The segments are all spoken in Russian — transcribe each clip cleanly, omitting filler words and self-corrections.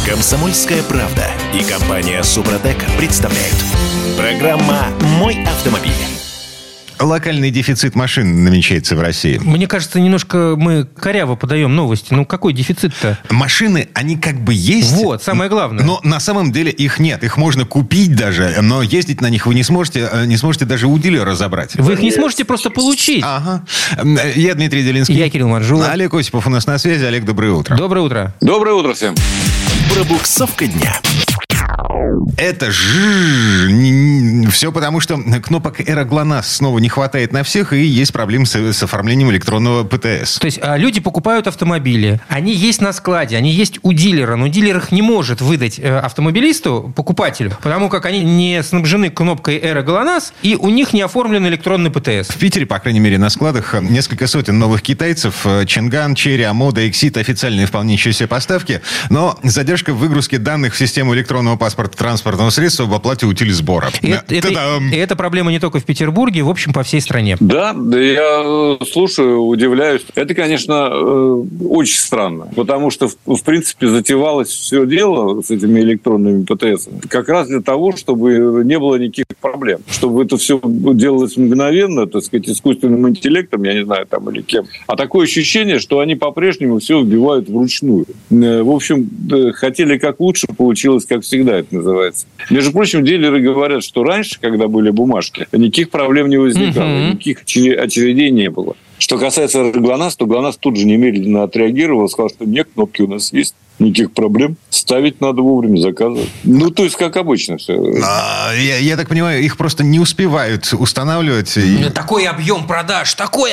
Комсомольская правда и компания «Супротек» представляют. Программа «Мой автомобиль». Локальный дефицит машин намечается в России. Мне кажется, немножко мы коряво подаем новости. Ну, какой дефицит-то? Машины, они как бы есть. Вот, самое главное. Но на самом деле их нет. Их можно купить даже, но ездить на них вы не сможете даже у дилера забрать. Вы их не сможете просто получить. Ага. Я Дмитрий Делинский. Я Кирилл Манжулов. Олег Осипов у нас на связи. Олег, доброе утро. Доброе утро. Доброе утро всем. Пробуксовка дня. Это все потому, что кнопок Эра ГЛОНАСС снова не хватает на всех, и есть проблемы с оформлением электронного ПТС. То есть люди покупают автомобили, они есть на складе, они есть у дилера, но дилер их не может выдать автомобилисту, покупателю, потому как они не снабжены кнопкой Эра ГЛОНАСС, и у них не оформлен электронный ПТС. В Питере, по крайней мере, на складах несколько сотен новых китайцев. Чинган, Черри, Амода, Эксит — официальные вполне еще себе поставки, но задержка в выгрузке данных в систему электронного паспорта транспортного средства в оплате утилизбора. Это проблема не только в Петербурге, в общем, по всей стране. Да, я слушаю, удивляюсь. Это, конечно, очень странно, потому что, в принципе, затевалось все дело с этими электронными ПТС как раз для того, чтобы не было никаких проблем, чтобы это все делалось мгновенно, так сказать, искусственным интеллектом, я не знаю, там или кем. А такое ощущение, что они по-прежнему все вбивают вручную. В общем, хотели как лучше, получилось как всегда, это называется. Между прочим, дилеры говорят, что раньше, когда были бумажки, никаких проблем не возникало, никаких очередей не было. Что касается ГЛОНАСС, то ГЛОНАСС тут же немедленно отреагировал, сказал, что нет, кнопки у нас есть, никаких проблем, ставить надо вовремя, заказывать. Ну, то есть, как обычно все. Я так понимаю, их просто не успевают устанавливать. Такой объем продаж,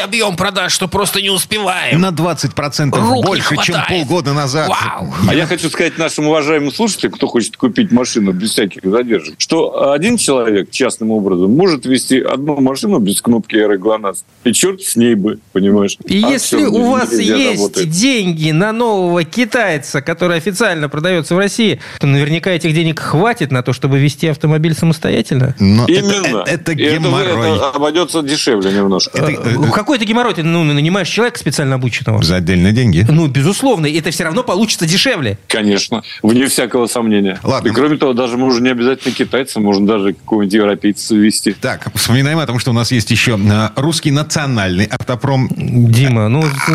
что просто не успеваем. На 20% больше, чем полгода назад. Вау. А я хочу сказать нашим уважаемым слушателям, кто хочет купить машину без всяких задержек, что один человек частным образом может вести одну машину без кнопки Эра ГЛОНАСС, и черт с ней бы, понимаешь? И если у вас есть работает деньги на нового китайца, который официально продается в России, то наверняка этих денег хватит на то, чтобы вести автомобиль самостоятельно. Но именно. Это геморрой. Это обойдется дешевле немножко. Какой это геморрой? Ты нанимаешь человека специально обученного. За отдельные деньги. Ну, безусловно. Это все равно получится дешевле. Конечно. Вне всякого сомнения. Ладно. И кроме того, даже можно не обязательно китайца, можно даже какого-нибудь европейца вести. Так, вспоминаем о том, что у нас есть еще русский национальный автопром. Дима,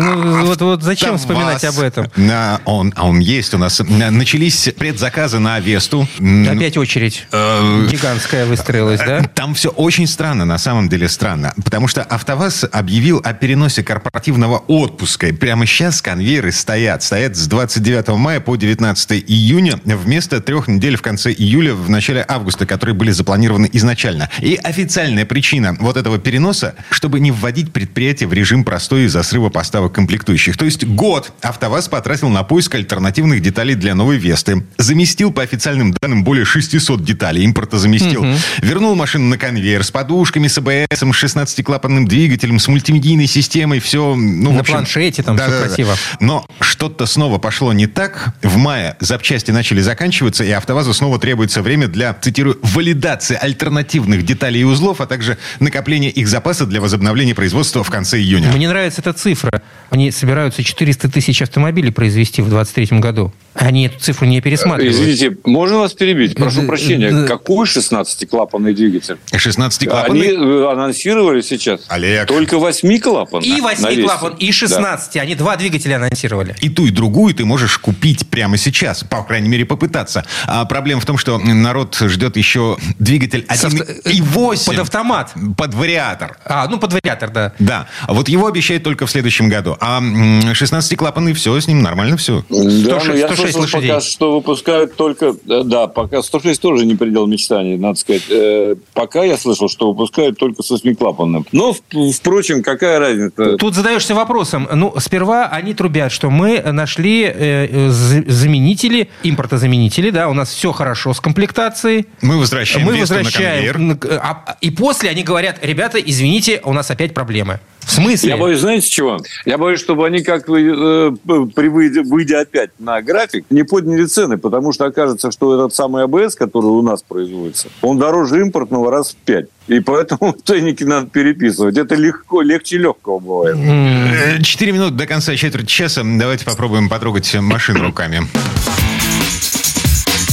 вот зачем вспоминать об этом? Он есть у нас. Начались предзаказы на Весту. Опять очередь гигантская выстроилась, да? Там все очень странно, на самом деле странно. Потому что АвтоВАЗ объявил о переносе корпоративного отпуска. И прямо сейчас конвейеры стоят. Стоят с 29 мая по 19 июня вместо 3 недель в конце июля, в начале августа, которые были запланированы изначально. И официальная причина вот этого переноса, чтобы не вводить предприятие в режим простой из-за срыва поставок комплектующих. То есть год АвтоВАЗ потратил на поиск альтернативных деталей для новой Весты. Заместил, по официальным данным, более 600 деталей. Импорта заместил. Вернул машину на конвейер с подушками, с АБСом, с 16-клапанным двигателем, с мультимедийной системой. Все, на планшете там все красиво. Но что-то снова пошло не так. В мае запчасти начали заканчиваться, и АвтоВАЗу снова требуется время для, цитирую, валидации альтернативных деталей и узлов, а также накопления их запаса для возобновления производства в конце июня. Мне нравится эта цифра. Они собираются 400 тысяч автомобилей произвести в 2023 году. Они эту цифру не пересматривают. Извините, можно вас перебить? Прошу прощения. Какой 16-клапанный двигатель? 16-клапанный? Они анонсировали сейчас. Олег. Только 8-клапан. И 8-клапан, и 16. Да. Они 2 двигателя анонсировали. И ту, и другую ты можешь купить прямо сейчас. По крайней мере, попытаться. А проблема в том, что народ ждет еще двигатель 1.8. Под автомат. Под вариатор. Под вариатор, да. Да. Вот его обещают только в следующем году. А 16-клапанный, все, с ним нормально все. Да, 106 лошадей. Пока что выпускают только... Да, пока 106 тоже не предел мечтаний, надо сказать. Пока я слышал, что выпускают только с 8-клапанным. Но, впрочем, какая разница? Тут задаешься вопросом. Сперва они трубят, что мы нашли заменители, импортозаменители, да, у нас все хорошо с комплектацией. Мы возвращаем Весту на конвейер. И после они говорят, ребята, извините, у нас опять проблемы. В смысле? Я боюсь, знаете чего? Я боюсь, чтобы они, как выйдя опять на график, не подняли цены, потому что окажется, что этот самый АБС, который у нас производится, он дороже импортного раз в 5. И поэтому ценники надо переписывать. Это легче легкого бывает. 4 минуты до конца четверти часа. Давайте попробуем потрогать машину руками.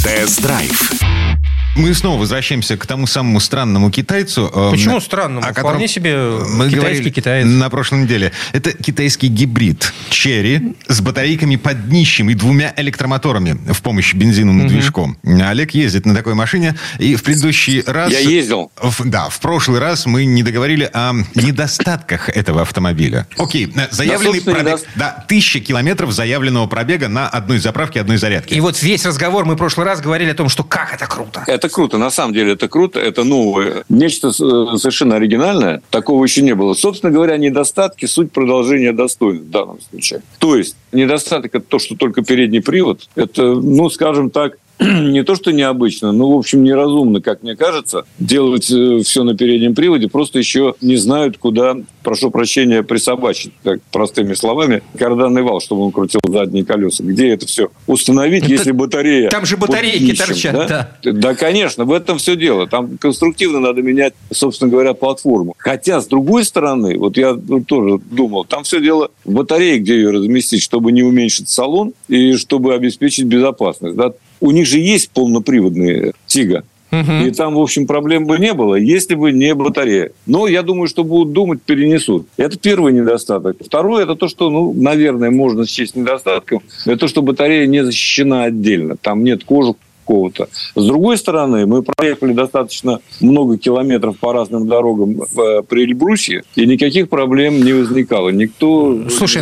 Тест-драйв. Мы снова возвращаемся к тому самому странному китайцу. Почему странному? Вполне себе мы китайский китаец. На прошлой неделе. Это китайский гибрид Chery с батарейками под днищем и 2 электромоторами в помощь бензиновому движку. Олег ездит на такой машине, и в предыдущий раз... Я ездил. В прошлый раз мы не договорили о недостатках этого автомобиля. Окей, заявленный пробег... 1000 километров заявленного пробега на одной заправке, одной зарядке. И вот весь разговор мы в прошлый раз говорили о том, что как это круто. Это круто, на самом деле это круто, это новое. Нечто совершенно оригинальное, такого еще не было. Собственно говоря, недостатки – суть продолжения достоинств в данном случае. То есть недостаток – это то, что только передний привод. Это, скажем так, не то, что необычно, но, в общем, неразумно, как мне кажется, делать все на переднем приводе. Просто еще не знают, куда, прошу прощения, присобачить, так простыми словами, карданный вал, чтобы он крутил задние колеса. Где это все установить, если батарея... Там же батарейки торчат, да? Да, конечно, в этом все дело. Там конструктивно надо менять, собственно говоря, платформу. Хотя, с другой стороны, вот я тоже думал, там все дело в батарее, где ее разместить, чтобы не уменьшить салон и чтобы обеспечить безопасность, да? У них же есть полноприводные «Тига». И там, в общем, проблем бы не было, если бы не батарея. Но я думаю, что будут думать, перенесут. Это первый недостаток. Второе, это то, что, наверное, можно счесть недостатком. Это то, что батарея не защищена отдельно. Там нет кожуха какого-то. С другой стороны, мы проехали достаточно много километров по разным дорогам при Эльбрусе, и никаких проблем не возникало. Никто... Слушай,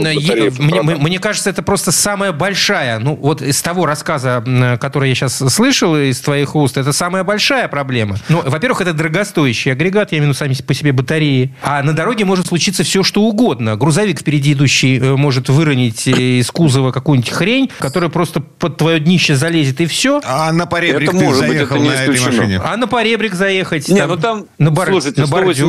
мне кажется, это просто самая большая, вот из того рассказа, который я сейчас слышал из твоих уст, это самая большая проблема. Во-первых, это дорогостоящий агрегат, я имею в виду сами по себе батареи, а на дороге может случиться все, что угодно. Грузовик впереди идущий может выронить из кузова какую-нибудь хрень, которая просто под твое днище залезет, и все. А на поребрик ты заехал на этой машине? А на поребрик заехать? Слушайте,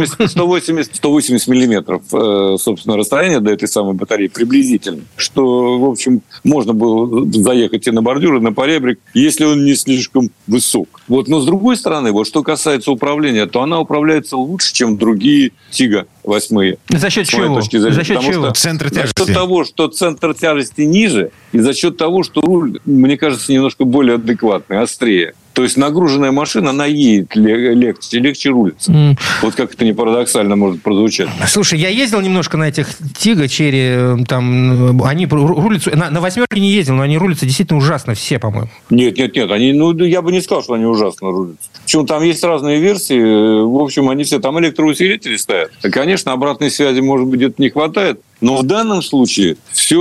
180 миллиметров, собственно, расстояние до этой самой батареи приблизительно, что, в общем, можно было заехать и на бордюр, и на поребрик, если он не слишком высок. Но с другой стороны, что касается управления, то она управляется лучше, чем другие «Тига» 8. За счет чего? За счет чего? Центр тяжести. За счет того, что центр тяжести ниже, и за счет того, что руль, мне кажется, немножко более адекватный, острее. То есть нагруженная машина, она едет легче рулится. Вот как это не парадоксально может прозвучать. Слушай, я ездил немножко на этих «Тига», «Черри», там, они рулятся... На 8 не ездил, но они рулятся действительно ужасно все, по-моему. Нет, они, я бы не сказал, что они ужасно рулятся. Причем там есть разные версии, в общем, они все... Там электроусилители стоят. Конечно, обратной связи, может быть, где-то не хватает, но в данном случае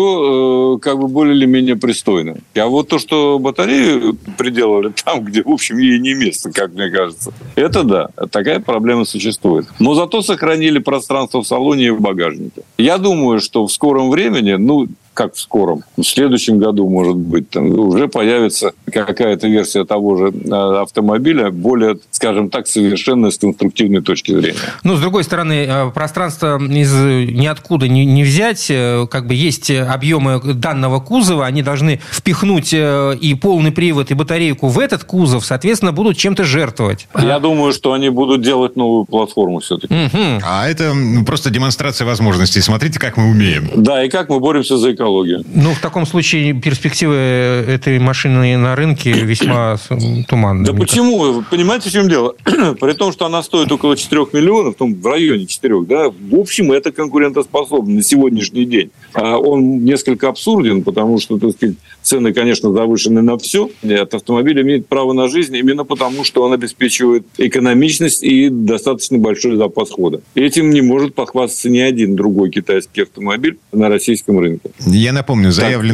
все более или менее пристойно. А вот то, что батарею приделали там, где, в общем, ей не место, как мне кажется, это да, такая проблема существует. Но зато сохранили пространство в салоне и в багажнике. Я думаю, что в скором времени, как в скором, в следующем году, может быть, там уже появится какая-то версия того же автомобиля, более, скажем так, совершенная с конструктивной точки зрения. С другой стороны, пространство из ниоткуда не взять. Есть объемы данного кузова, они должны впихнуть и полный привод, и батарейку в этот кузов, соответственно, будут чем-то жертвовать. Я думаю, что они будут делать новую платформу все-таки. А это просто демонстрация возможностей. Смотрите, как мы умеем. Да, и как мы боремся за экологию. В таком случае перспективы этой машины на рынке весьма туманные. Да почему? Понимаете, в чем дело? При том, что она стоит около 4 миллионов, в районе 4, да, в общем, это конкурентоспособно на сегодняшний день. Он несколько абсурден, потому что, так сказать, цены, конечно, завышены на все. Этот автомобиль имеет право на жизнь именно потому, что он обеспечивает экономичность и достаточно большой запас хода. Этим не может похвастаться ни один другой китайский автомобиль на российском рынке. Я напомню,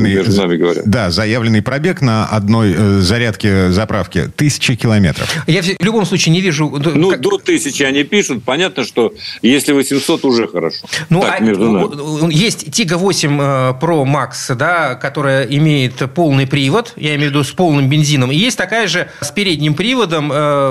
заявленный пробег на одной зарядке заправки 1000 километров. Я в любом случае не вижу... До 1000 они пишут. Понятно, что если 800, уже хорошо. Между нами. Есть Тига 8 Pro Max, да, которая имеет полный привод, я имею в виду с полным бензином, и есть такая же с передним приводом,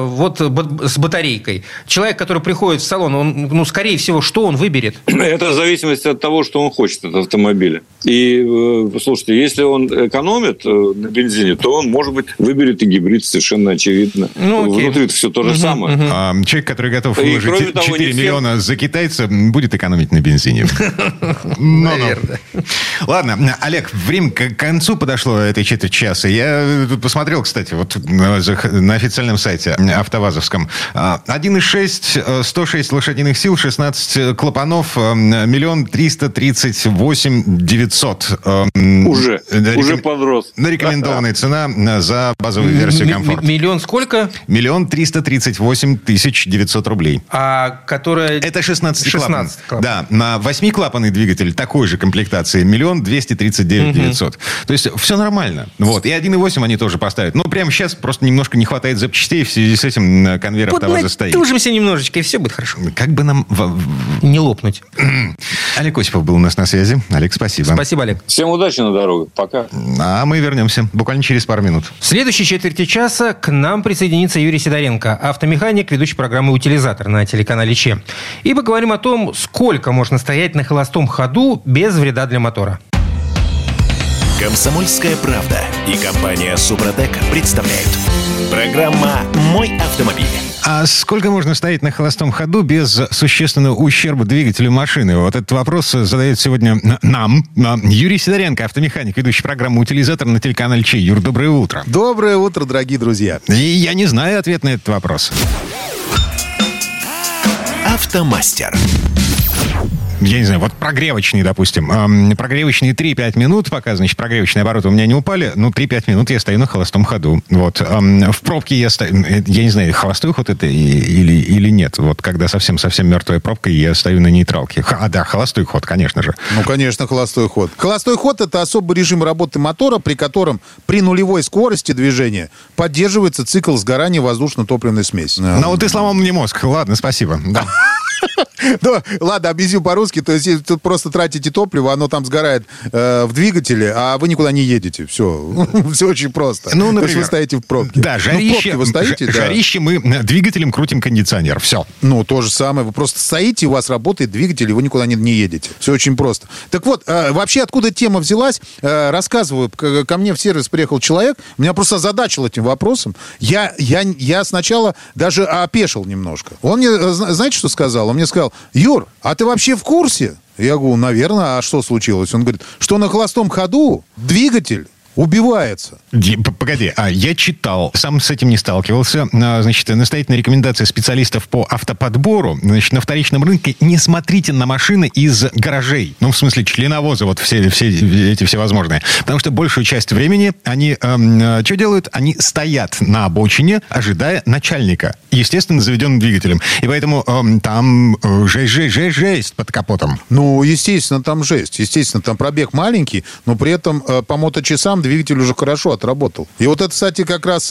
с батарейкой. Человек, который приходит в салон, он, скорее всего, что он выберет? Это в зависимости от того, что он хочет от автомобиля. И И, слушайте, если он экономит на бензине, то он, может быть, выберет и гибрид, совершенно очевидно. Внутри все то же самое. Человек, который готов вложить 4 миллиона за китайца, будет экономить на бензине. Наверное. Ладно, Олег, время к концу подошло этой четверть часа. Я тут посмотрел, кстати, вот на официальном сайте АвтоВАЗовском. 1,6, 106 лошадиных сил, 16 клапанов, 1 338 900. Уже подрос. Рекомендованная цена за базовую версию комфорт. Миллион сколько? 1 338 900 рублей. А которая... Это 16 клапан. клапан. Да, на 8-клапанный двигатель такой же комплектации 1 239 900. То есть все нормально. Вот. И 1,8 они тоже поставят. Но прямо сейчас просто немножко не хватает запчастей. В связи с этим конвейер АвтоВАЗа стоит. Поднатужимся немножечко, и все будет хорошо. Как бы нам... Не лопнуть. Олег Осипов был у нас на связи. Олег, спасибо. Спасибо, Олег. Всем удачи на дорогах. Пока. А мы вернемся буквально через пару минут. В следующей четверти часа к нам присоединится Юрий Сидоренко, автомеханик, ведущий программы «Утилизатор» на телеканале ЧЕ. И поговорим о том, сколько можно стоять на холостом ходу без вреда для мотора. «Комсомольская правда» и компания «Супротек» представляют. Программа «Мой автомобиль». А сколько можно стоять на холостом ходу без существенного ущерба двигателю машины? Вот этот вопрос задает сегодня нам Юрий Сидоренко, автомеханик, ведущий программу «Утилизатор» на телеканале ЧЕ. Юр, доброе утро. Доброе утро, дорогие друзья. И я не знаю ответ на этот вопрос. «Автомастер». Я не знаю, вот прогревочный, допустим. Прогревочные 3-5 минут, пока, значит, прогревочные обороты у меня не упали. 3-5 минут я стою на холостом ходу. Вот. В пробке я стою... Я не знаю, холостой ход это или нет. Вот когда совсем-совсем мертвая пробка, я стою на нейтралке. Да, холостой ход, конечно же. Конечно, холостой ход. Холостой ход — это особый режим работы мотора, при котором при нулевой скорости движения поддерживается цикл сгорания воздушно-топливной смеси. Вот ты сломал мне мозг. Ладно, спасибо. Да. Ну, ладно, объясню по-русски. То есть, тут просто тратите топливо, оно там сгорает в двигателе, а вы никуда не едете. Все. Все очень просто. Ну, например, то есть, вы стоите в пробке. Да, жарище. Вы стоите, жарище, мы двигателем крутим кондиционер. Все. То же самое. Вы просто стоите, у вас работает двигатель, и вы никуда не едете. Все очень просто. Так вот, вообще, откуда тема взялась? Рассказываю. Ко мне в сервис приехал человек, меня просто озадачил этим вопросом. Я сначала даже опешил немножко. Он мне, знаете, что сказал? Он мне сказал: Юр, а ты вообще в курсе? Я говорю, наверное, а что случилось? Он говорит, что на холостом ходу двигатель убивается. Погоди, я читал, сам с этим не сталкивался. Значит, настоятельная рекомендация специалистов по автоподбору. Значит, на вторичном рынке не смотрите на машины из гаражей. В смысле, членовозы, вот все эти всевозможные. Потому что большую часть времени они что делают? Они стоят на обочине, ожидая начальника. Естественно, заведенным двигателем. И поэтому там жесть под капотом. Естественно, там жесть. Естественно, там пробег маленький, но при этом по моточасам двигатель уже хорошо отработал. И вот это, кстати, как раз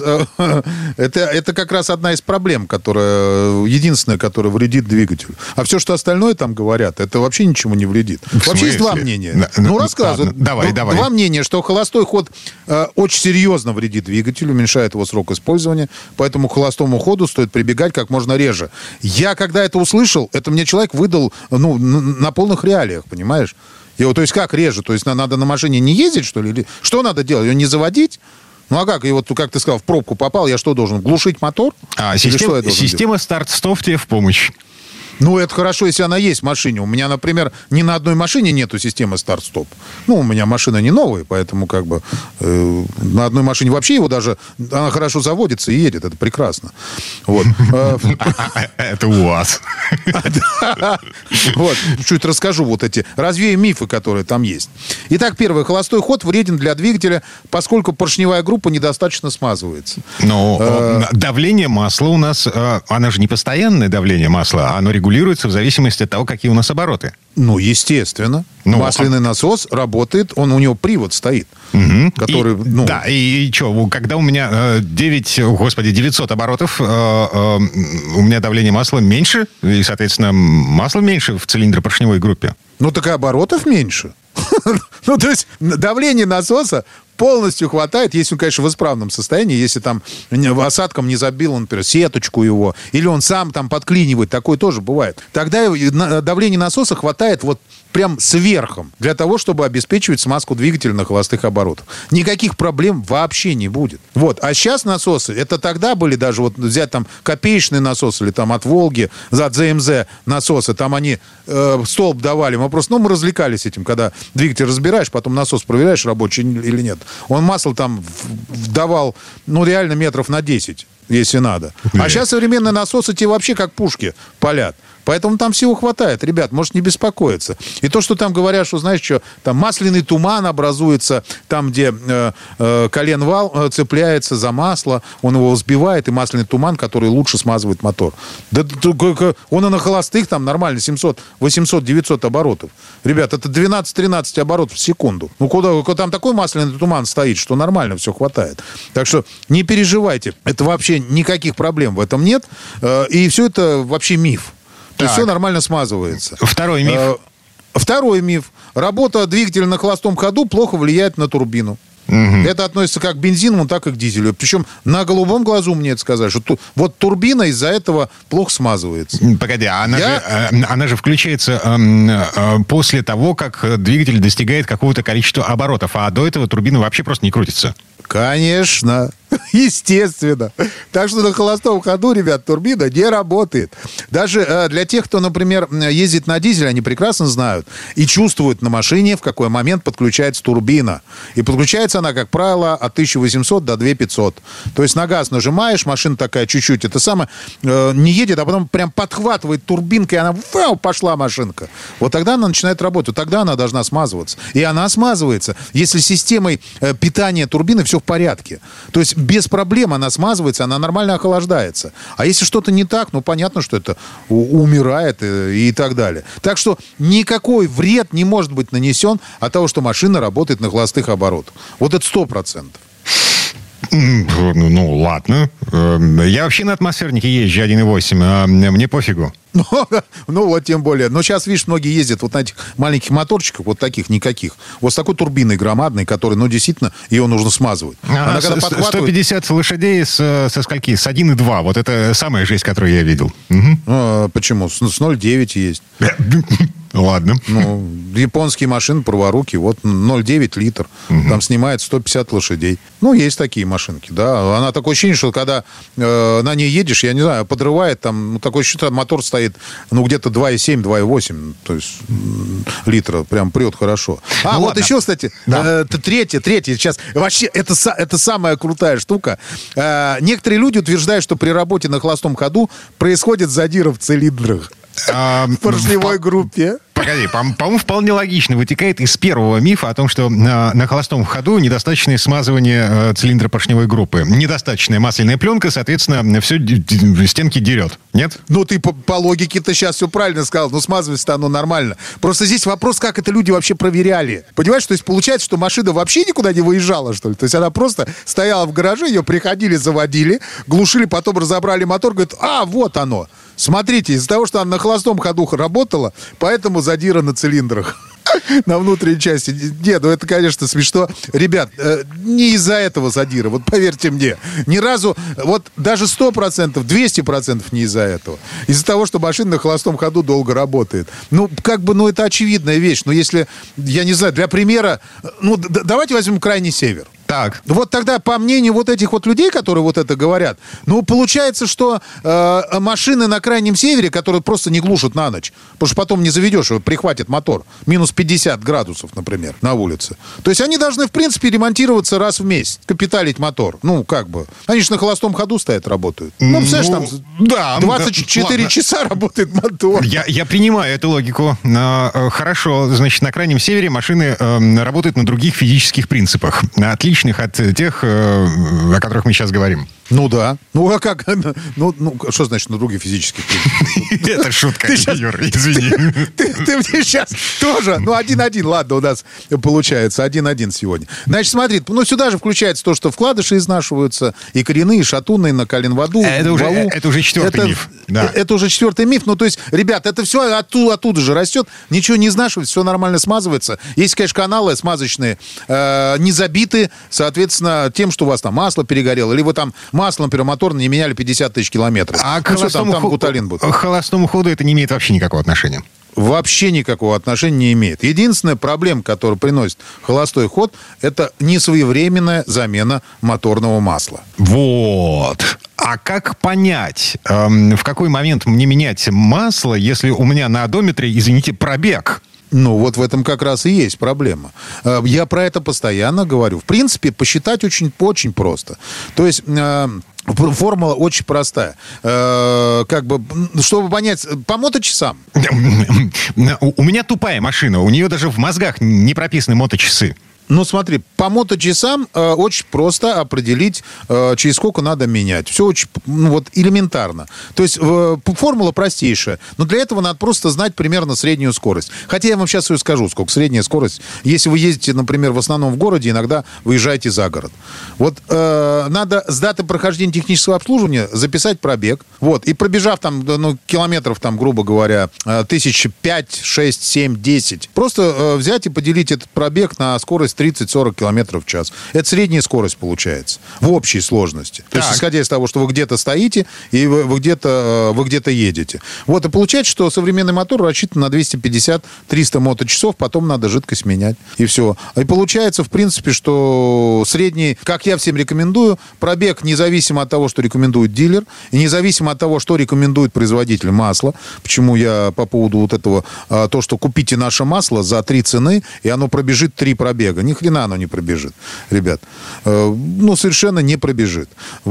это как раз одна из проблем, единственная, которая вредит двигателю. А все, что остальное там говорят, это вообще ничему не вредит. Вообще есть два мнения. Рассказывай. Давай. Два мнения, что холостой ход очень серьезно вредит двигателю, уменьшает его срок использования, поэтому к холостому ходу стоит прибегать как можно реже. Я, когда это услышал, это мне человек выдал на полных реалиях, понимаешь? То есть как реже? То есть надо на машине не ездить, что ли? Или что надо делать? Ее не заводить? А как? И вот, как ты сказал, в пробку попал, я что должен? Глушить мотор? Система старт-стоп тебе в помощь. Это хорошо, если она есть в машине. У меня, например, ни на одной машине нету системы старт-стоп. У меня машина не новая, поэтому на одной машине вообще его даже... Она хорошо заводится и едет. Это прекрасно. Вот. Это у вас. Вот. Чуть расскажу развею мифы, которые там есть. Итак, первое. Холостой ход вреден для двигателя, поскольку поршневая группа недостаточно смазывается. Давление масла у нас... Оно же не постоянное давление масла, оно регулируется в зависимости от того, какие у нас обороты. Естественно. Масляный насос работает, у него привод стоит. Который... Да, и что, когда у меня 900 оборотов, у меня давление масла меньше, и, соответственно, масла меньше в цилиндропоршневой группе. Так и оборотов меньше. То есть давление насоса полностью хватает, если он, конечно, в исправном состоянии, если там осадком не забил, например, сеточку его, или он сам там подклинивает, такое тоже бывает. Тогда давление насоса хватает вот прям сверхом для того, чтобы обеспечивать смазку двигателя на холостых оборотах. Никаких проблем вообще не будет. Вот. А сейчас насосы, это тогда были даже, вот взять там копеечный насос или там от Волги, от ЗМЗ насосы, там они столб давали. Мы просто, мы развлекались этим, когда двигатель разбираешь, потом насос проверяешь, рабочий или нет. Он масло там давал, реально метров на 10, если надо. А сейчас современные насосы те вообще как пушки палят. Поэтому там всего хватает. Ребят, можете не беспокоиться. И то, что там говорят, что, знаешь, что там масляный туман образуется, там, где коленвал цепляется за масло, он его взбивает, и масляный туман, который лучше смазывает мотор. Да он и на холостых там нормально 700, 800, 900 оборотов. Ребят, это 12-13 оборотов в секунду. Куда там такой масляный туман стоит, что нормально все хватает. Так что не переживайте. Это вообще никаких проблем в этом нет. И все это вообще миф. То есть все нормально смазывается. Второй миф. Второй миф. Работа двигателя на холостом ходу плохо влияет на турбину. Угу. Это относится как к бензиновому, так и к дизелю. Причем на голубом глазу мне это сказали, что вот турбина из-за этого плохо смазывается. Погоди, она же включается после того, как двигатель достигает какого-то количества оборотов, а до этого турбина вообще просто не крутится. Конечно. Естественно. Так что на холостом ходу, ребят, турбина не работает. Даже для тех, кто, например, ездит на дизеле, они прекрасно знают и чувствуют на машине, в какой момент подключается турбина. И подключается она, как правило, от 1800 до 2500. То есть на газ нажимаешь, машина такая чуть-чуть, это самое, не едет, а потом прям подхватывает турбинкой, и она, пошла машинка. Вот тогда она начинает работать, тогда она должна смазываться. И она смазывается, если с системой питания турбины все в порядке. То есть без проблем она смазывается, она нормально охлаждается. А если что-то не так, понятно, что это умирает и так далее. Так что никакой вред не может быть нанесен от того, что машина работает на холостых оборотах. Вот это 100%. Ну, ладно. Я вообще на атмосфернике езжу 1.8, а мне пофигу. Ну, вот тем более. Но сейчас, видишь, многие ездят вот на этих маленьких моторчиках, вот таких никаких. Вот с такой турбиной громадной, которой, действительно, ее нужно смазывать. Она когда подхватывает... 150 лошадей со скольки? С 1.2. Вот это самая жесть, которую я видел. Угу. Почему? С 0.9 есть. Ладно. Японские машины праворуки, вот 0,9 литр. Угу. Там снимает 150 лошадей. Есть такие машинки, да. Она такое ощущение, что когда на ней едешь, я не знаю, подрывает, там, такое ощущение, мотор стоит, где-то 2,7, 2,8, то есть литра, прям прет хорошо. Вот еще, кстати, да. Третье, сейчас, вообще, это самая крутая штука. Некоторые люди утверждают, что при работе на холостом ходу происходит задир в цилиндрах. В поршневой группе. Погоди, по-моему, вполне логично вытекает из первого мифа о том, что на холостом ходу недостаточное смазывание цилиндра поршневой группы. Недостаточная масляная пленка, соответственно, все стенки дерет. Нет? Ты по логике-то сейчас все правильно сказал. Смазывается-то оно нормально. Просто здесь вопрос, как это люди вообще проверяли. Понимаешь, то есть получается, что машина вообще никуда не выезжала, что ли? То есть она просто стояла в гараже, ее приходили, заводили, глушили, потом разобрали мотор, говорят, вот оно. Смотрите, из-за того, что она на холостом ходу работала, поэтому задира на цилиндрах. На внутренней части. Нет, это, конечно, смешно. Ребят, не из-за этого задира, вот поверьте мне. Ни разу, вот даже 100%, 200% не из-за этого. Из-за того, что машина на холостом ходу долго работает. Это очевидная вещь. Но если, я не знаю, для примера, давайте возьмем крайний север. Так. Вот тогда, по мнению вот этих вот людей, которые вот это говорят, получается, что машины на Крайнем Севере, которые просто не глушат на ночь, потому что потом не заведешь, прихватит мотор. Минус 50 градусов, например, на улице. То есть они должны, в принципе, ремонтироваться раз в месяц, капиталить мотор. Они же на холостом ходу стоят, работают. Представляешь, там 24 часа работает мотор. Я принимаю эту логику. Хорошо, значит, на Крайнем Севере машины работают на других физических принципах. Отличных от тех, о которых мы сейчас говорим. Ну да. Ну а как? Ну что значит на других физических принципах? Это шутка, Юр, извини. Ты мне сейчас тоже... 1-1, ладно, у нас получается 1-1 сегодня. Значит, смотри, сюда же включается то, что вкладыши изнашиваются, и коренные, и шатунные, на коленваду, это уже четвертый миф. Да. Это уже четвертый миф. То есть, ребят, это все оттуда же растет, ничего не изнашивается, все нормально смазывается. Есть, конечно, каналы смазочные, не забиты, соответственно, тем, что у вас там масло перегорело, или вы там масло, например, моторное не меняли 50 тысяч километров. А к холостому ходу это не имеет вообще никакого отношения? Вообще никакого отношения не имеет. Единственная проблема, которую приносит холостой ход, это несвоевременная замена моторного масла. Вот. А как понять, в какой момент мне менять масло, если у меня на одометре, извините, пробег? Вот в этом как раз и есть проблема. Я про это постоянно говорю. В принципе, посчитать очень просто. То есть... Формула очень простая. Чтобы понять, по моточасам. У меня тупая машина. У нее даже в мозгах не прописаны моточасы. Смотри, по моточасам очень просто определить, через сколько надо менять. Все очень элементарно. То есть формула простейшая. Но для этого надо просто знать примерно среднюю скорость. Хотя я вам сейчас ее скажу, сколько средняя скорость. Если вы ездите, например, в основном в городе, иногда выезжаете за город. Надо с даты прохождения технического обслуживания записать пробег. И пробежав там, километров, там, грубо говоря, 1005, 6, 7, 10. Просто взять и поделить этот пробег на скорость 30-40 километров в час. Это средняя скорость получается в общей сложности. То есть, исходя из того, что вы где-то стоите и вы где-то едете. И получается, что современный мотор рассчитан на 250-300 моточасов, потом надо жидкость менять. И все. И получается, в принципе, что средний, как я всем рекомендую, пробег независимо от того, что рекомендует дилер, и независимо от того, что рекомендует производитель масла. Почему я по поводу этого, то, что купите наше масло за 3 цены, и оно пробежит 3 пробега. Ни хрена оно не пробежит, ребят. Совершенно не пробежит.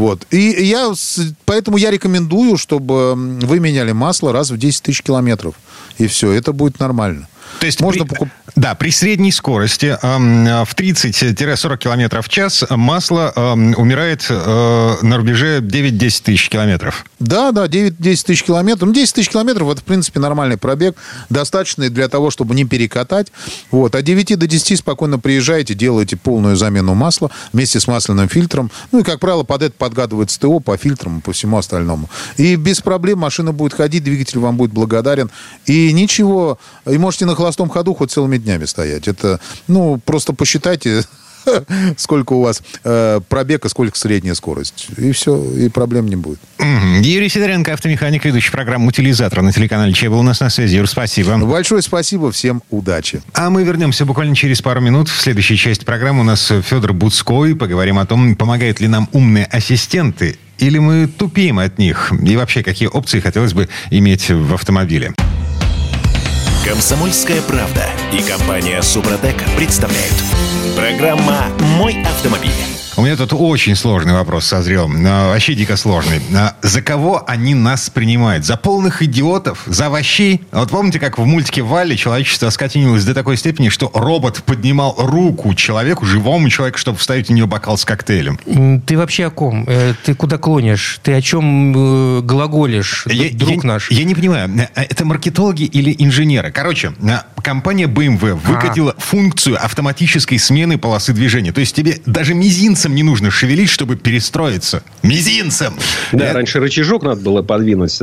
Поэтому я рекомендую, чтобы вы меняли масло раз в 10 тысяч километров. И все, это будет нормально. То есть при средней скорости в 30-40 километров в час масло умирает на рубеже 9-10 тысяч километров. Да, 9-10 тысяч километров. 10 тысяч километров – это, в принципе, нормальный пробег, достаточный для того, чтобы не перекатать. От 9 до 10 спокойно приезжаете, делаете полную замену масла вместе с масляным фильтром. И, как правило, под это подгадывается ТО по фильтрам и по всему остальному. И без проблем машина будет ходить, двигатель вам будет благодарен. И ничего, и можете на холостом ходу хоть целыми днями стоять. Это, просто посчитайте, сколько у вас пробег и сколько средняя скорость. И все, и проблем не будет. Юрий Сидоренко, автомеханик, ведущий программу «Утилизатор» на телеканале ЧЕ, был у нас на связи. Юр, спасибо. Большое спасибо, всем удачи. А мы вернемся буквально через пару минут. В следующей части программы у нас Федор Буцкой. Поговорим о том, помогают ли нам умные ассистенты, или мы тупеем от них. И вообще, какие опции хотелось бы иметь в автомобиле. «Комсомольская правда» и компания «Супротек» представляют. Программа «Мой автомобиль». У меня тут очень сложный вопрос созрел. Вообще дико сложный. За кого они нас принимают? За полных идиотов? За овощей? Помните, как в мультике «Валли» человечество оскотинилось до такой степени, что робот поднимал руку человеку, живому человеку, чтобы вставить в нее бокал с коктейлем? Ты вообще о ком? Ты куда клонишь? Ты о чем глаголишь, друг наш? Я не понимаю, это маркетологи или инженеры? Короче, компания BMW выкатила функцию автоматической смены полосы движения. То есть тебе даже мизинцем не нужно шевелить, чтобы перестроиться. Мизинцем! Да, раньше рычажок надо было подвинуть,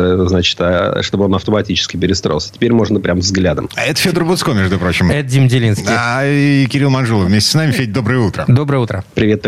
чтобы он автоматически перестроился. Теперь можно прям взглядом. А это Федор Буцко, между прочим. Это Дим Делинский. А и Кирилл Манжулов вместе с нами. Федь, доброе утро. Доброе утро. Привет.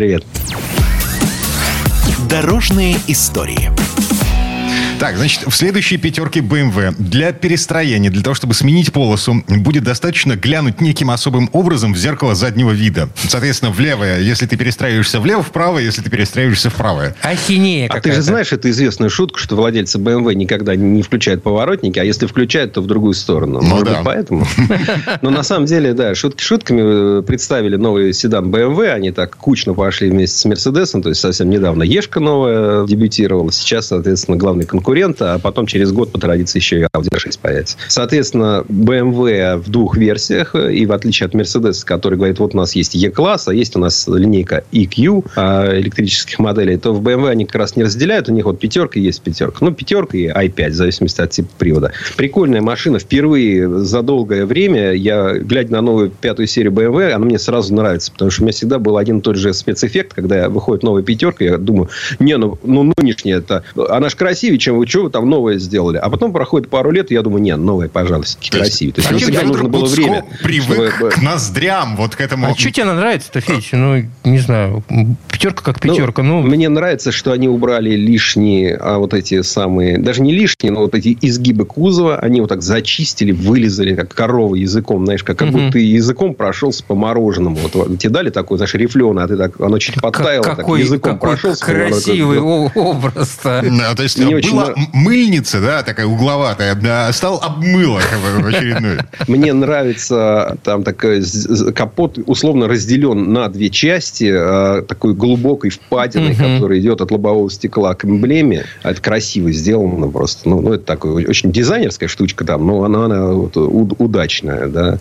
Дорожные истории. Так, значит, в следующей пятерке BMW для перестроения, для того, чтобы сменить полосу, будет достаточно глянуть неким особым образом в зеркало заднего вида. Соответственно, в левое, если ты перестраиваешься влево, вправо, если ты перестраиваешься вправо. Ахинея какая-то. А ты же знаешь эту известную шутку, что владельцы BMW никогда не включают поворотники, а если включают, то в другую сторону. Может быть, поэтому? Но на самом деле, да, шутками представили новый седан BMW. Они так кучно пошли вместе с Мерседесом. То есть, совсем недавно Ешка новая дебютировала. Сейчас, соответственно, главный конкурент конкурента, а потом через год по традиции еще и Audi R6 появится. Соответственно, BMW в двух версиях, и в отличие от Mercedes, который говорит, вот у нас есть E-класс, а есть у нас линейка EQ электрических моделей, то в BMW они как раз не разделяют, у них вот пятерка и есть пятерка. Ну, пятерка и i5, в зависимости от типа привода. Прикольная машина. Впервые за долгое время я, глядя на новую пятую серию BMW, она мне сразу нравится, потому что у меня всегда был один и тот же спецэффект, когда выходит новая пятерка, я думаю, нынешняя это, она ж красивее, чем вы, что вы там новое сделали. А потом проходит пару лет, и я думаю, новое, пожалуйста, красивее. То есть всегда нужно было время. Привык к ноздрям, вот к этому. А что тебе нравится-то, Федь? Ну, не знаю, пятерка как пятерка. Мне нравится, что они убрали лишние, вот эти самые, даже не лишние, но вот эти изгибы кузова, они вот так зачистили, вылезали, как корова языком, знаешь, как будто ты языком прошелся по мороженому. Вот тебе дали такой, знаешь, рифленый, а ты так, оно чуть подтаяло, так языком прошелся. Красивый образ-то. То есть была мыльница, да, такая угловатая, стал обмыло в очередную. Мне нравится, там такой капот условно разделен на две части, такой глубокой впадиной, которая идет от лобового стекла к эмблеме. Это красиво сделано просто. Ну, это такая очень дизайнерская штучка там, но она вот удачная, да.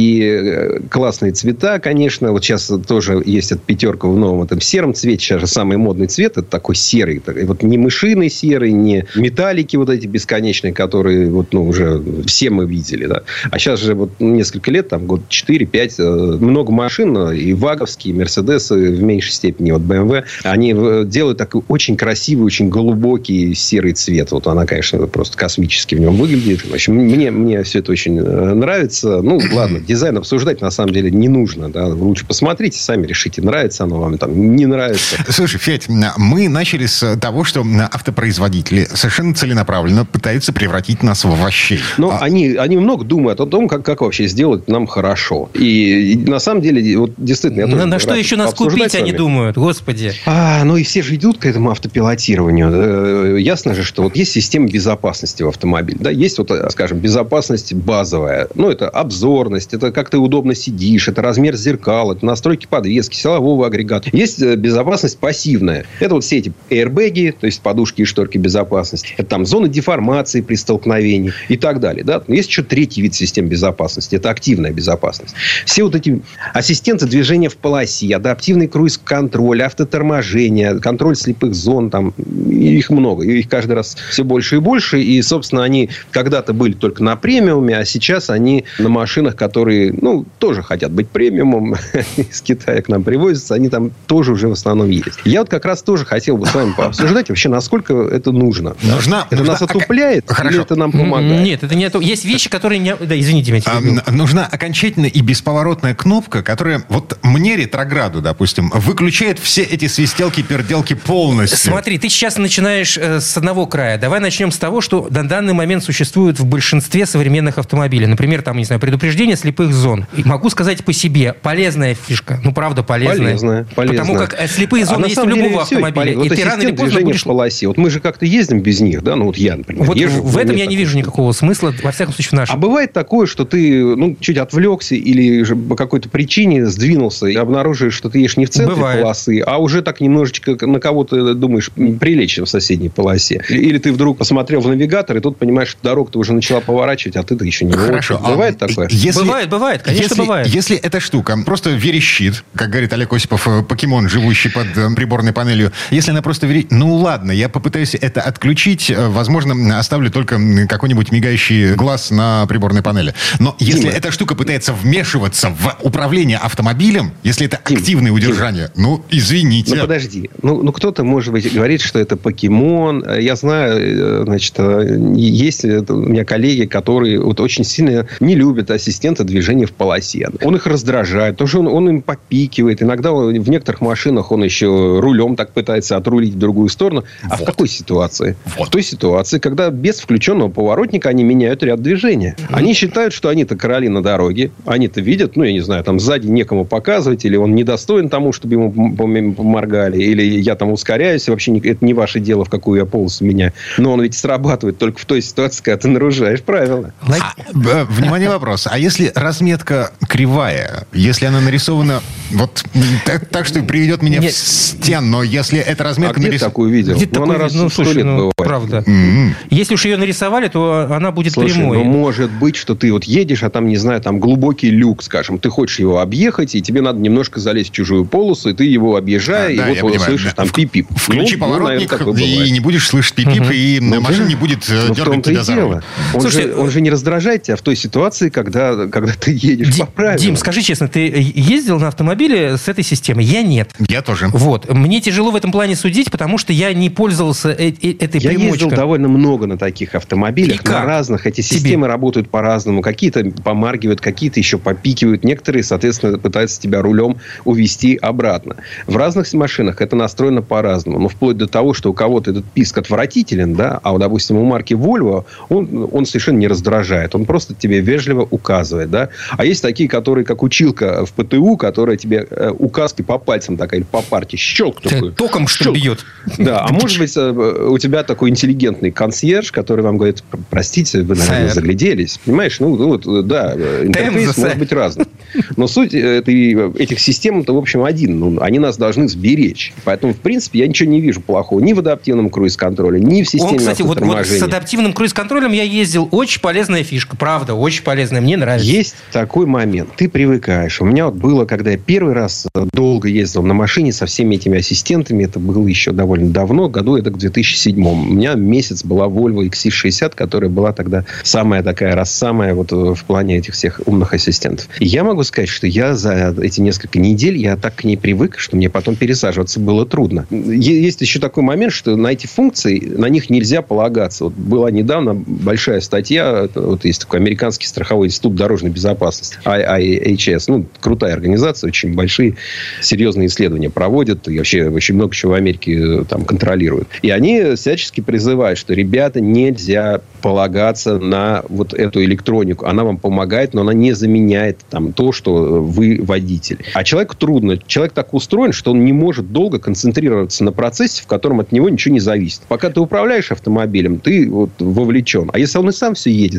И классные цвета, конечно. Вот сейчас тоже есть эта пятерка в новом этом сером цвете. Сейчас же самый модный цвет это такой серый. Вот не мышиный серый, не металлики вот эти бесконечные, которые вот, уже все мы видели, да. А сейчас же вот несколько лет, там год 4-5, много машин, и ваговские, и Мерседесы в меньшей степени, вот BMW, они делают такой очень красивый, очень глубокий серый цвет. Вот она, конечно, просто космически в нем выглядит. В общем, мне все это очень нравится. Ну, ладно, дизайн обсуждать на самом деле не нужно, да. Вы лучше посмотрите, сами решите, нравится оно вам, там, не нравится. Слушай, Федь, мы начали с того, что автопроизводители совершенно целенаправленно пытаются превратить нас в овощей. Но они много думают о том, как вообще сделать нам хорошо. И на самом деле, вот действительно... На что еще нас купить они думают, господи. Ну и все же идут к этому автопилотированию. Ясно же, что вот есть система безопасности в автомобиле. Да? Есть, вот, скажем, безопасность базовая. Ну, это обзорность, это как ты удобно сидишь, это размер зеркал, это настройки подвески, силового агрегата. Есть безопасность пассивная. Это вот все эти эйрбэги, то есть подушки и шторки безопасности. Это там зоны деформации при столкновении и так далее. Да? Но есть еще третий вид систем безопасности. Это активная безопасность. Все вот эти ассистенты движения в полосе, адаптивный круиз-контроль, автоторможение, контроль слепых зон, там, их много. Их каждый раз все больше и больше. И, собственно, они когда-то были только на премиуме, а сейчас они на машинах, которые, тоже хотят быть премиумом. Из Китая к нам привозятся. Они там тоже уже в основном есть. Я вот как раз тоже хотел бы с вами пообсуждать вообще, насколько это нужно. Это нас отупляет или это нам помогает? Нет, это не то. Есть вещи, которые... Да, извините меня. Нужна окончательная и бесповоротная кнопка, которая вот мне, ретрограду, допустим, выключает все эти свистелки-перделки полностью. Смотри, ты сейчас начинаешь с одного края. Давай начнем с того, что на данный момент существует в большинстве современных автомобилей. Например, там, не знаю, предупреждение слепых зон. И могу сказать по себе, полезная фишка. Правда, полезная. Потому как слепые зоны есть у любого автомобиля. Вот и ты рано или поздно будешь... в полосе. Вот мы же как-то ездим без них, да? Вот я, например, вот езжу. В этом я не вижу никакого смысла, во всяком случае, в нашем. А бывает такое, что ты чуть отвлекся или же по какой-то причине сдвинулся и обнаружишь, что ты едешь не в центре полосы, а уже так немножечко на кого-то думаешь прилечь в соседней полосе. Или ты вдруг посмотрел в навигатор, и тут понимаешь, что дорога-то уже начала поворачивать, а ты-то еще не Хорошо. Бывает такое? Бывает, конечно, бывает. Если эта штука просто верещит, как говорит Олег Осипов, покемон, живущий под приборной панелью, если она просто верещит, ладно, я попытаюсь это отключить, возможно, оставлю только какой-нибудь мигающий глаз на приборной панели. Но если эта штука пытается вмешиваться в управление автомобилем, если это активное удержание, извините. Подожди. Кто-то, может быть, говорит, что это покемон. Я знаю, значит, есть у меня коллеги, которые вот очень сильно не любят ассистента движения в полосе. Он их раздражает, потому что он им попикивает. Иногда в некоторых машинах он еще рулем так пытается отрулить в другую сторону. А в какой ситуации? В той ситуации, когда без включенного поворотника они меняют ряд движения. Они считают, что они-то короли на дороге. Они-то видят, я не знаю, там сзади некому показывать, или он недостоин тому, чтобы ему поморгали, или я там ускоряюсь, вообще это не ваше дело, в какую я полосу меняю. Но он ведь срабатывает только в той ситуации, когда ты нарушаешь правила. Внимание, вопрос. А если разметка кривая, если она нарисована Вот так что приведет меня в стену. Но если это разметка... где такую видел? Она раз в 100 лет бывает. Правда. Если уж ее нарисовали, то она будет прямой. Ну, может быть, что ты вот едешь, а там, не знаю, там глубокий люк, скажем. Ты хочешь его объехать, и тебе надо немножко залезть в чужую полосу, и ты его объезжая, и вот слышишь там пип-пип. Включи поворотник, и не будешь слышать пип-пип, и машина не будет дергать тебя за руль. Он же не раздражает тебя в той ситуации, когда ты едешь по правилам. Дим, скажи честно, ты ездил на автомобиле с этой системой? Я нет. Я тоже. Вот. Мне тяжело в этом плане судить, потому что я не пользовался этой примочкой. Я ездил довольно много на таких автомобилях. На разных. Эти системы работают по-разному. Какие-то помаргивают, какие-то еще попикивают. Некоторые, соответственно, пытаются тебя рулем увести обратно. В разных машинах это настроено по-разному. Но вплоть до того, что у кого-то этот писк отвратителен, да, а, допустим, у марки Volvo он совершенно не раздражает. Он просто тебе вежливо указывает, да. А есть такие, которые, как училка в ПТУ, которая тебе указки по пальцам такая, или по парте щелк такой. Током, что ли, бьет? Да, а может быть, у тебя такой интеллигентный консьерж, который вам говорит: простите, вы, наверное, загляделись. Понимаешь? Да, интерфейс может быть разный. Но суть этих систем-то, в общем, один. Они нас должны сберечь. Поэтому, в принципе, я ничего не вижу плохого ни в адаптивном круиз-контроле, ни в системе автоторможения. Вот с адаптивным круиз-контролем я ездил. Очень полезная фишка. Правда, очень полезная. Мне нравится. Есть такой момент. Ты привыкаешь. У меня вот было, когда я первый раз долго ездил на машине со всеми этими ассистентами, это было еще довольно давно, году это в 2007. У меня месяц была Volvo XC60, которая была тогда самая вот в плане этих всех умных ассистентов. И я могу сказать, что я за эти несколько недель, я так к ней привык, что мне потом пересаживаться было трудно. Есть еще такой момент, что на эти функции, на них нельзя полагаться. Вот была недавно большая статья, вот есть такой американский страховой институт дорожной безопасности, IIHS, крутая организация, очень большие, серьезные исследования проводят, и вообще очень много чего в Америке там контролируют. И они всячески призывают, что, ребята, нельзя полагаться на вот эту электронику. Она вам помогает, но она не заменяет там то, что вы водитель. А человеку трудно. Человек так устроен, что он не может долго концентрироваться на процессе, в котором от него ничего не зависит. Пока ты управляешь автомобилем, ты вот вовлечен. А если он и сам все едет,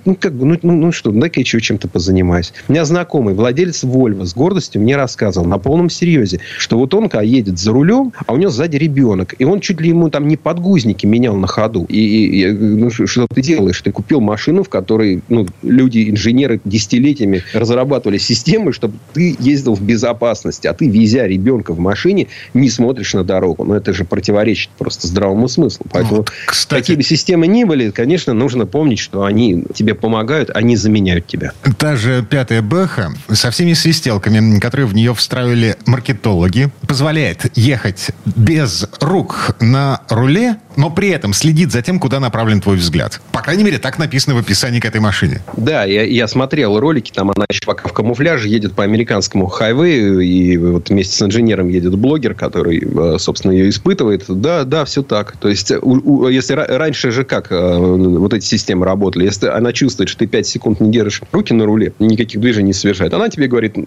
что, дай-ка я чем-то позанимаюсь. У меня знакомый, владелец Volvo, с гордостью мне рассказывал на полном серьезе, что вот он едет за рулем, а у него сзади ребенок. И он чуть ли ему там не подгузники менял на ходу. И что ты делаешь? Ты купил машину, в которой люди, инженеры десятилетиями разрабатывали системы, чтобы ты ездил в безопасности. А ты, везя ребенка в машине, не смотришь на дорогу. Это же противоречит просто здравому смыслу. Поэтому, какие бы системы ни были, конечно, нужно помнить, что они тебе помогают, а не заменяют тебя. Та же пятая Бэха со всеми свистелками, которые в нее встраивали маркетологи, позволяет ехать без рук на руле, но при этом следит за тем, куда направлен твой взгляд. По крайней мере, так написано в описании к этой машине. Да, я смотрел ролики, там она еще пока в камуфляже едет по американскому хайвею, и вот вместе с инженером едет блогер, который, собственно, ее испытывает. Да, все так. То есть, если раньше же как вот эти системы работали, если она чувствует, что ты 5 секунд не держишь руки на руле, никаких движений не совершает, она тебе говорит: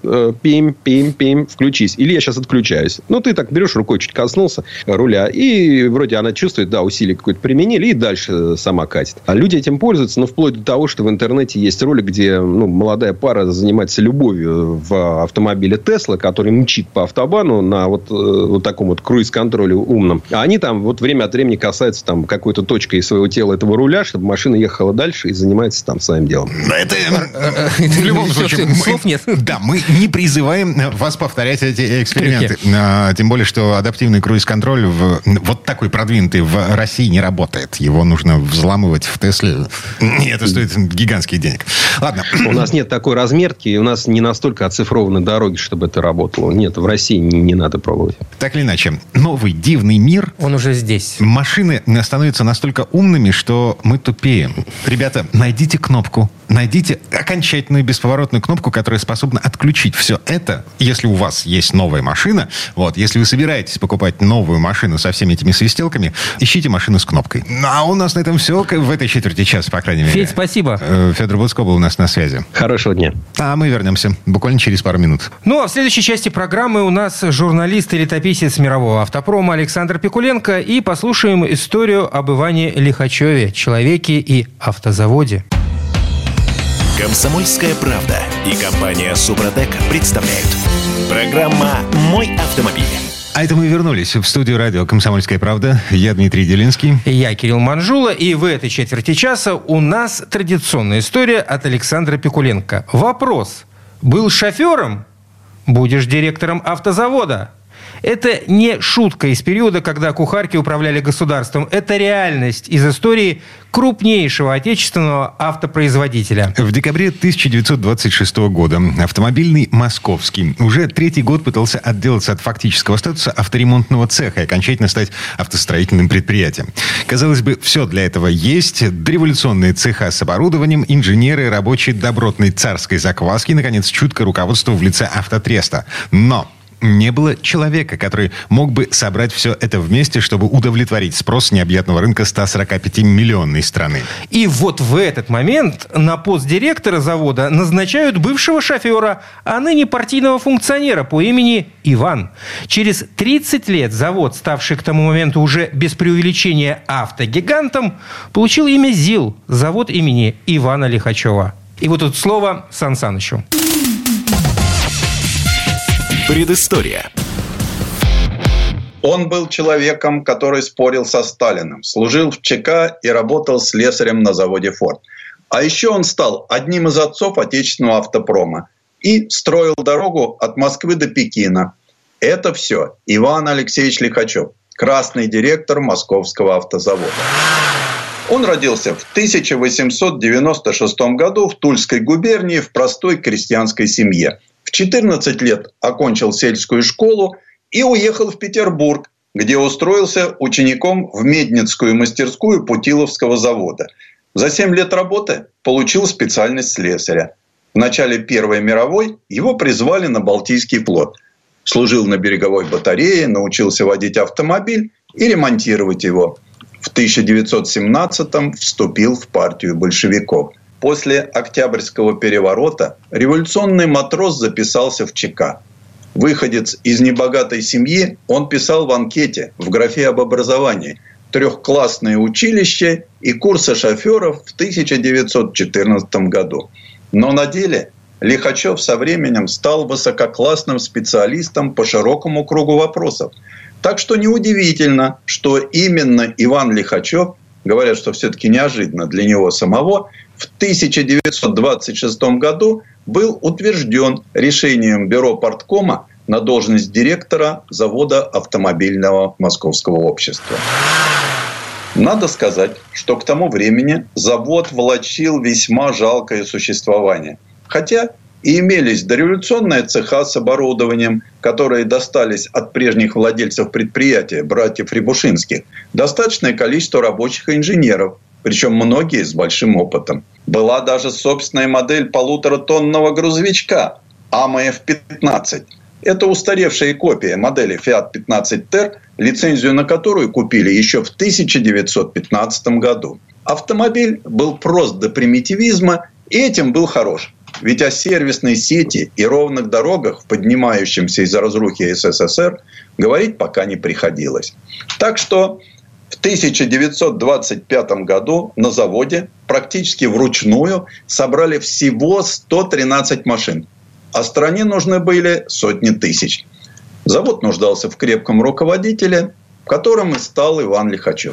пим, включись. Или я сейчас отключаюсь. Ты так берешь рукой, чуть коснулся руля, и вроде она чувствует, да, усилие какое-то применили, и дальше сама катит. А люди этим пользуются, вплоть до того, что в интернете есть ролик, где молодая пара занимается любовью в автомобиле Tesla, который мчит по автобану на вот таком вот круиз-контроле умном. А они там вот время от времени касаются там какой-то точкой своего тела этого руля, чтобы машина ехала дальше и занимается там своим делом. Это в любом случае... Слов нет. Да, мы не призываем вас повторять эти эксперименты. Тем более, что адаптивный круиз-контроль вот такой продвинутый в России не работает. Его нужно взламывать в Тесле. И это стоит гигантских денег. Ладно. У нас нет такой разметки, и у нас не настолько оцифрованы дороги, чтобы это работало. Нет, в России не надо пробовать. Так или иначе, новый дивный мир... Он уже здесь. Машины становятся настолько умными, что мы тупеем. Ребята, найдите кнопку. Найдите окончательную бесповоротную кнопку, которая способна отключить все это, если у вас есть новая машина. Если вы собираетесь покупать новую машину со всеми этими свистелками, ищите машину с кнопкой. А у нас на этом все в этой четверти часа, по крайней мере. Федь, спасибо. Федор Буцко был у нас на связи. Хорошего дня. А мы вернемся буквально через пару минут. А в следующей части программы у нас журналист и летописец мирового автопрома Александр Пикуленко, и послушаем историю об Иване Лихачеве, человеке и автозаводе. «Комсомольская правда» и компания «Супротек» представляют. Программа «Мой автомобиль». А это мы вернулись в студию радио «Комсомольская правда». Я Дмитрий Делинский. Я Кирилл Манжула. И в этой четверти часа у нас традиционная история от Александра Пикуленко. Вопрос. Был шофером? Будешь директором автозавода. Это не шутка из периода, когда кухарки управляли государством. Это реальность из истории крупнейшего отечественного автопроизводителя. В декабре 1926 года автомобильный «Московский» уже третий год пытался отделаться от фактического статуса авторемонтного цеха и окончательно стать автостроительным предприятием. Казалось бы, все для этого есть. Дореволюционные цеха с оборудованием, инженеры, рабочие добротной царской закваски и, наконец, чуткое руководство в лице автотреста. Но не было человека, который мог бы собрать все это вместе, чтобы удовлетворить спрос необъятного рынка 145-миллионной страны. И вот в этот момент на пост директора завода назначают бывшего шофера, а ныне партийного функционера по имени Иван. Через 30 лет завод, ставший к тому моменту уже без преувеличения автогигантом, получил имя ЗИЛ – завод имени Ивана Лихачева. И вот тут слово Сан Санычу. Предыстория. Он был человеком, который спорил со Сталиным, служил в ЧК и работал слесарем на заводе «Форд». А еще он стал одним из отцов отечественного автопрома и строил дорогу от Москвы до Пекина. Это все Иван Алексеевич Лихачев, красный директор Московского автозавода. Он родился в 1896 году в Тульской губернии в простой крестьянской семье. В 14 лет окончил сельскую школу и уехал в Петербург, где устроился учеником в Медницкую мастерскую Путиловского завода. За 7 лет работы получил специальность слесаря. В начале Первой мировой его призвали на Балтийский флот. Служил на береговой батарее, научился водить автомобиль и ремонтировать его. В 1917-м вступил в партию большевиков. После Октябрьского переворота революционный матрос записался в ЧК. Выходец из небогатой семьи, он писал в анкете в графе об образовании «Трехклассное училище» и курсы шоферов в 1914 году. Но на деле Лихачев со временем стал высококлассным специалистом по широкому кругу вопросов. Так что неудивительно, что именно Иван Лихачев, говорят, что все-таки неожиданно для него самого, в 1926 году был утвержден решением Бюро парткома на должность директора завода автомобильного Московского общества. Надо сказать, что к тому времени завод влачил весьма жалкое существование. Хотя и имелись дореволюционные цеха с оборудованием, которые достались от прежних владельцев предприятия, братьев Рябушинских, достаточное количество рабочих и инженеров, причем многие с большим опытом. Была даже собственная модель 1,5-тонного грузовичка АМФ-15. Это устаревшая копия модели Fiat 15TER, лицензию на которую купили еще в 1915 году. Автомобиль был прост до примитивизма и этим был хорош. Ведь о сервисной сети и ровных дорогах в поднимающемся из-за разрухи СССР говорить пока не приходилось. Так что в 1925 году на заводе практически вручную собрали всего 113 машин. А стране нужны были сотни тысяч. Завод нуждался в крепком руководителе, которым и стал Иван Лихачев.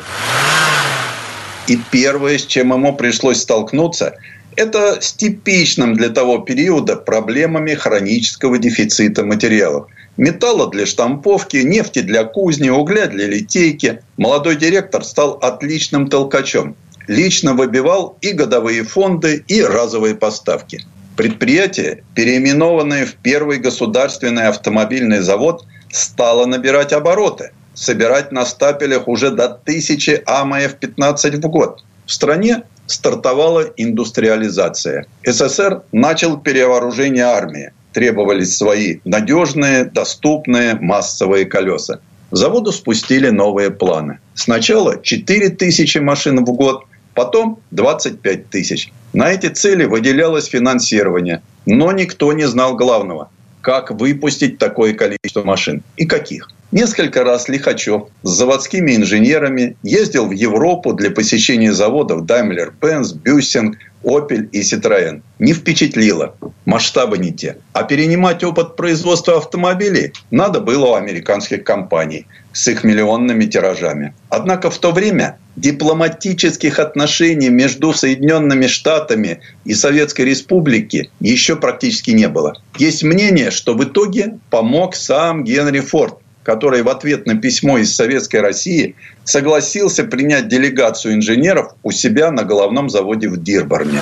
И первое, с чем ему пришлось столкнуться, это с типичным для того периода проблемами хронического дефицита материалов. Металла для штамповки, нефти для кузни, угля для литейки. Молодой директор стал отличным толкачом. Лично выбивал и годовые фонды, и разовые поставки. Предприятие, переименованное в первый государственный автомобильный завод, стало набирать обороты. Собирать на стапелях уже до 1000 АМФ-15 в год. В стране стартовала индустриализация. СССР начал перевооружение армии. Требовались свои надежные, доступные, массовые колеса. Заводу спустили новые планы. Сначала 4000 машин в год, потом 25 тысяч. На эти цели выделялось финансирование. Но никто не знал главного – как выпустить такое количество машин и каких. Несколько раз Лихачев с заводскими инженерами ездил в Европу для посещения заводов Daimler-Benz, Büssing, Opel и Citroën. Не впечатлило. Масштабы не те. А перенимать опыт производства автомобилей надо было у американских компаний с их миллионными тиражами. Однако в то время дипломатических отношений между Соединенными Штатами и Советской Республикой еще практически не было. Есть мнение, что в итоге помог сам Генри Форд, который в ответ на письмо из Советской России согласился принять делегацию инженеров у себя на головном заводе в Дирборне.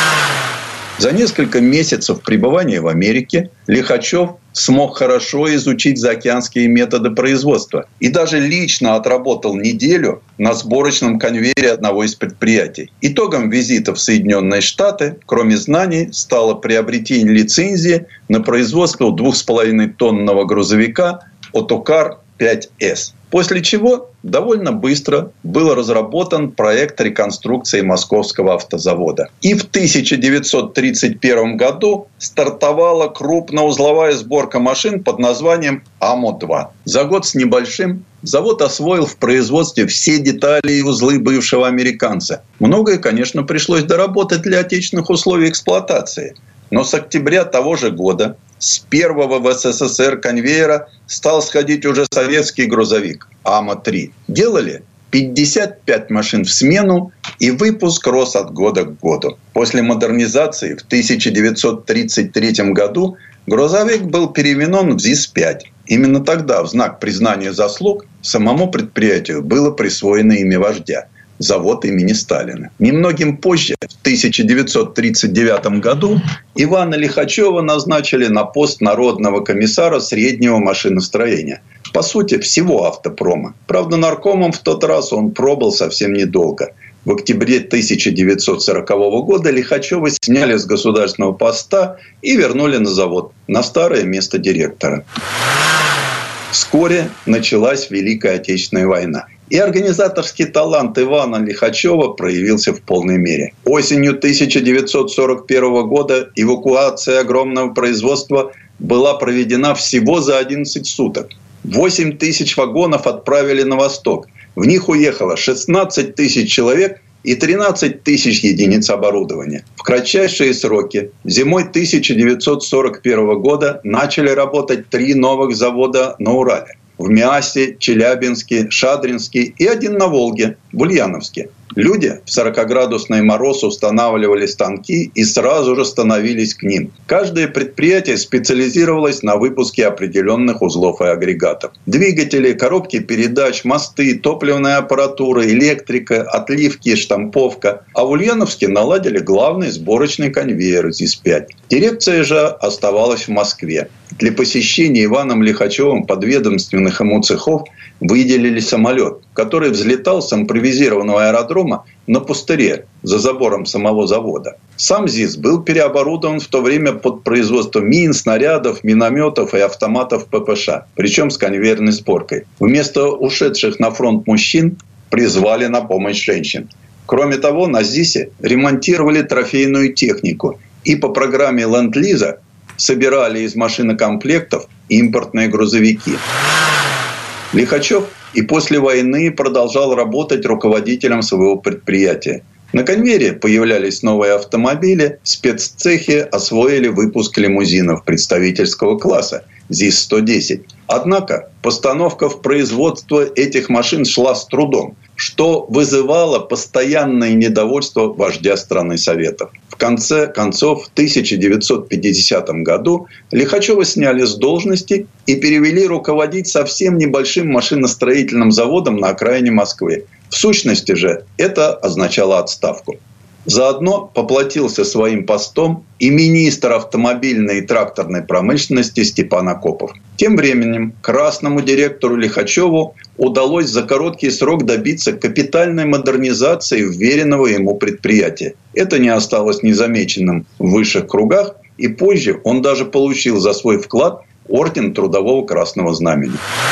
За несколько месяцев пребывания в Америке Лихачев смог хорошо изучить заокеанские методы производства и даже лично отработал неделю на сборочном конвейере одного из предприятий. Итогом визита в Соединенные Штаты, кроме знаний, стало приобретение лицензии на производство 2,5-тонного грузовика «Отокар 5С». После чего довольно быстро был разработан проект реконструкции Московского автозавода. И в 1931 году стартовала крупноузловая сборка машин под названием АМО-2. За год с небольшим завод освоил в производстве все детали и узлы бывшего американца. Многое, конечно, пришлось доработать для отечественных условий эксплуатации. Но с октября того же года с первого в СССР конвейера стал сходить уже советский грузовик АМО-3. Делали 55 машин в смену, и выпуск рос от года к году. После модернизации в 1933 году грузовик был переименован в ЗИС-5. Именно тогда, в знак признания заслуг, самому предприятию было присвоено имя вождя – завод имени Сталина. Немногим позже, в 1939 году, Ивана Лихачева назначили на пост народного комиссара среднего машиностроения. По сути, всего автопрома. Правда, наркомом в тот раз он пробыл совсем недолго. В октябре 1940 года Лихачева сняли с государственного поста и вернули на завод, на старое место директора. Вскоре началась Великая Отечественная война. И организаторский талант Ивана Лихачева проявился в полной мере. Осенью 1941 года эвакуация огромного производства была проведена всего за 11 суток. 8 тысяч вагонов отправили на восток. В них уехало 16 тысяч человек и 13 тысяч единиц оборудования. В кратчайшие сроки зимой 1941 года начали работать 3 новых завода на Урале. В Миасе, Челябинске, Шадринске и один на Волге, в Ульяновске. Люди в 40-градусный мороз устанавливали станки и сразу же становились к ним. Каждое предприятие специализировалось на выпуске определенных узлов и агрегатов. Двигатели, коробки передач, мосты, топливная аппаратура, электрика, отливки, штамповка. А в Ульяновске наладили главный сборочный конвейер ЗИС-5. Дирекция же оставалась в Москве. Для посещения Иваном Лихачевым подведомственных ему цехов выделили самолет, который взлетал с импровизированного аэродрома на пустыре за забором самого завода. Сам ЗИС был переоборудован в то время под производство мин, снарядов, минометов и автоматов ППШ, причем с конвейерной сборкой. Вместо ушедших на фронт мужчин призвали на помощь женщин. Кроме того, на ЗИСе ремонтировали трофейную технику и по программе Ленд-лиза собирали из машинокомплектов импортные грузовики. Лихачев и после войны продолжал работать руководителем своего предприятия. На конвейере появлялись новые автомобили, спеццехи освоили выпуск лимузинов представительского класса ЗИС-110. Однако постановка в производство этих машин шла с трудом, что вызывало постоянное недовольство вождя страны Советов. В конце концов, в 1950 году Лихачева сняли с должности и перевели руководить совсем небольшим машиностроительным заводом на окраине Москвы. В сущности же это означало отставку. Заодно поплатился своим постом и министр автомобильной и тракторной промышленности Степан Акопов. Тем временем красному директору Лихачеву удалось за короткий срок добиться капитальной модернизации вверенного ему предприятия. Это не осталось незамеченным в высших кругах, и позже он даже получил за свой вклад орден Трудового Красного Знамени.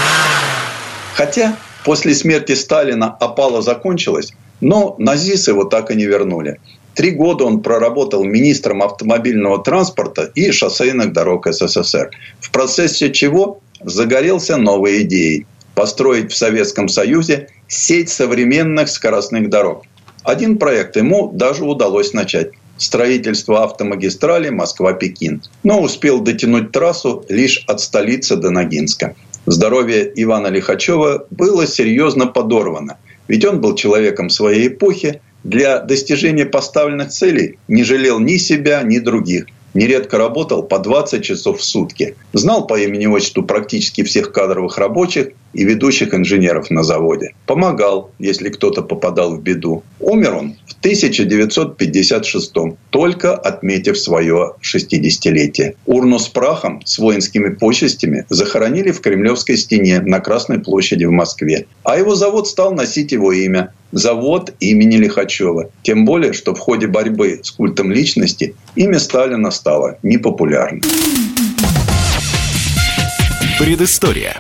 Хотя после смерти Сталина опала закончилась, но на ЗИС его так и не вернули. 3 года он проработал министром автомобильного транспорта и шоссейных дорог СССР, в процессе чего загорелся новой идеей – построить в Советском Союзе сеть современных скоростных дорог. Один проект ему даже удалось начать – строительство автомагистрали Москва-Пекин. Но успел дотянуть трассу лишь от столицы до Ногинска. Здоровье Ивана Лихачева было серьезно подорвано. Ведь он был человеком своей эпохи, для достижения поставленных целей не жалел ни себя, ни других. Нередко работал по 20 часов в сутки. Знал по имени-отчеству практически всех кадровых рабочих и ведущих инженеров на заводе. Помогал, если кто-то попадал в беду. Умер он в 1956-м, только отметив свое 60-летие. Урну с прахом с воинскими почестями захоронили в Кремлевской стене на Красной площади в Москве. А его завод стал носить его имя. Завод имени Лихачева. Тем более, что в ходе борьбы с культом личности имя Сталина стало непопулярным. Предыстория.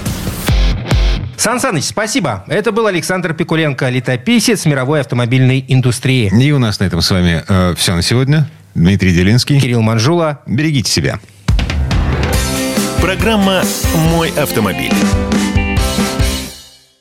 Сан Саныч, спасибо. Это был Александр Пикуленко, летописец мировой автомобильной индустрии. И у нас на этом с вами все на сегодня. Дмитрий Делинский. Кирилл Манжула. Берегите себя. Программа «Мой автомобиль».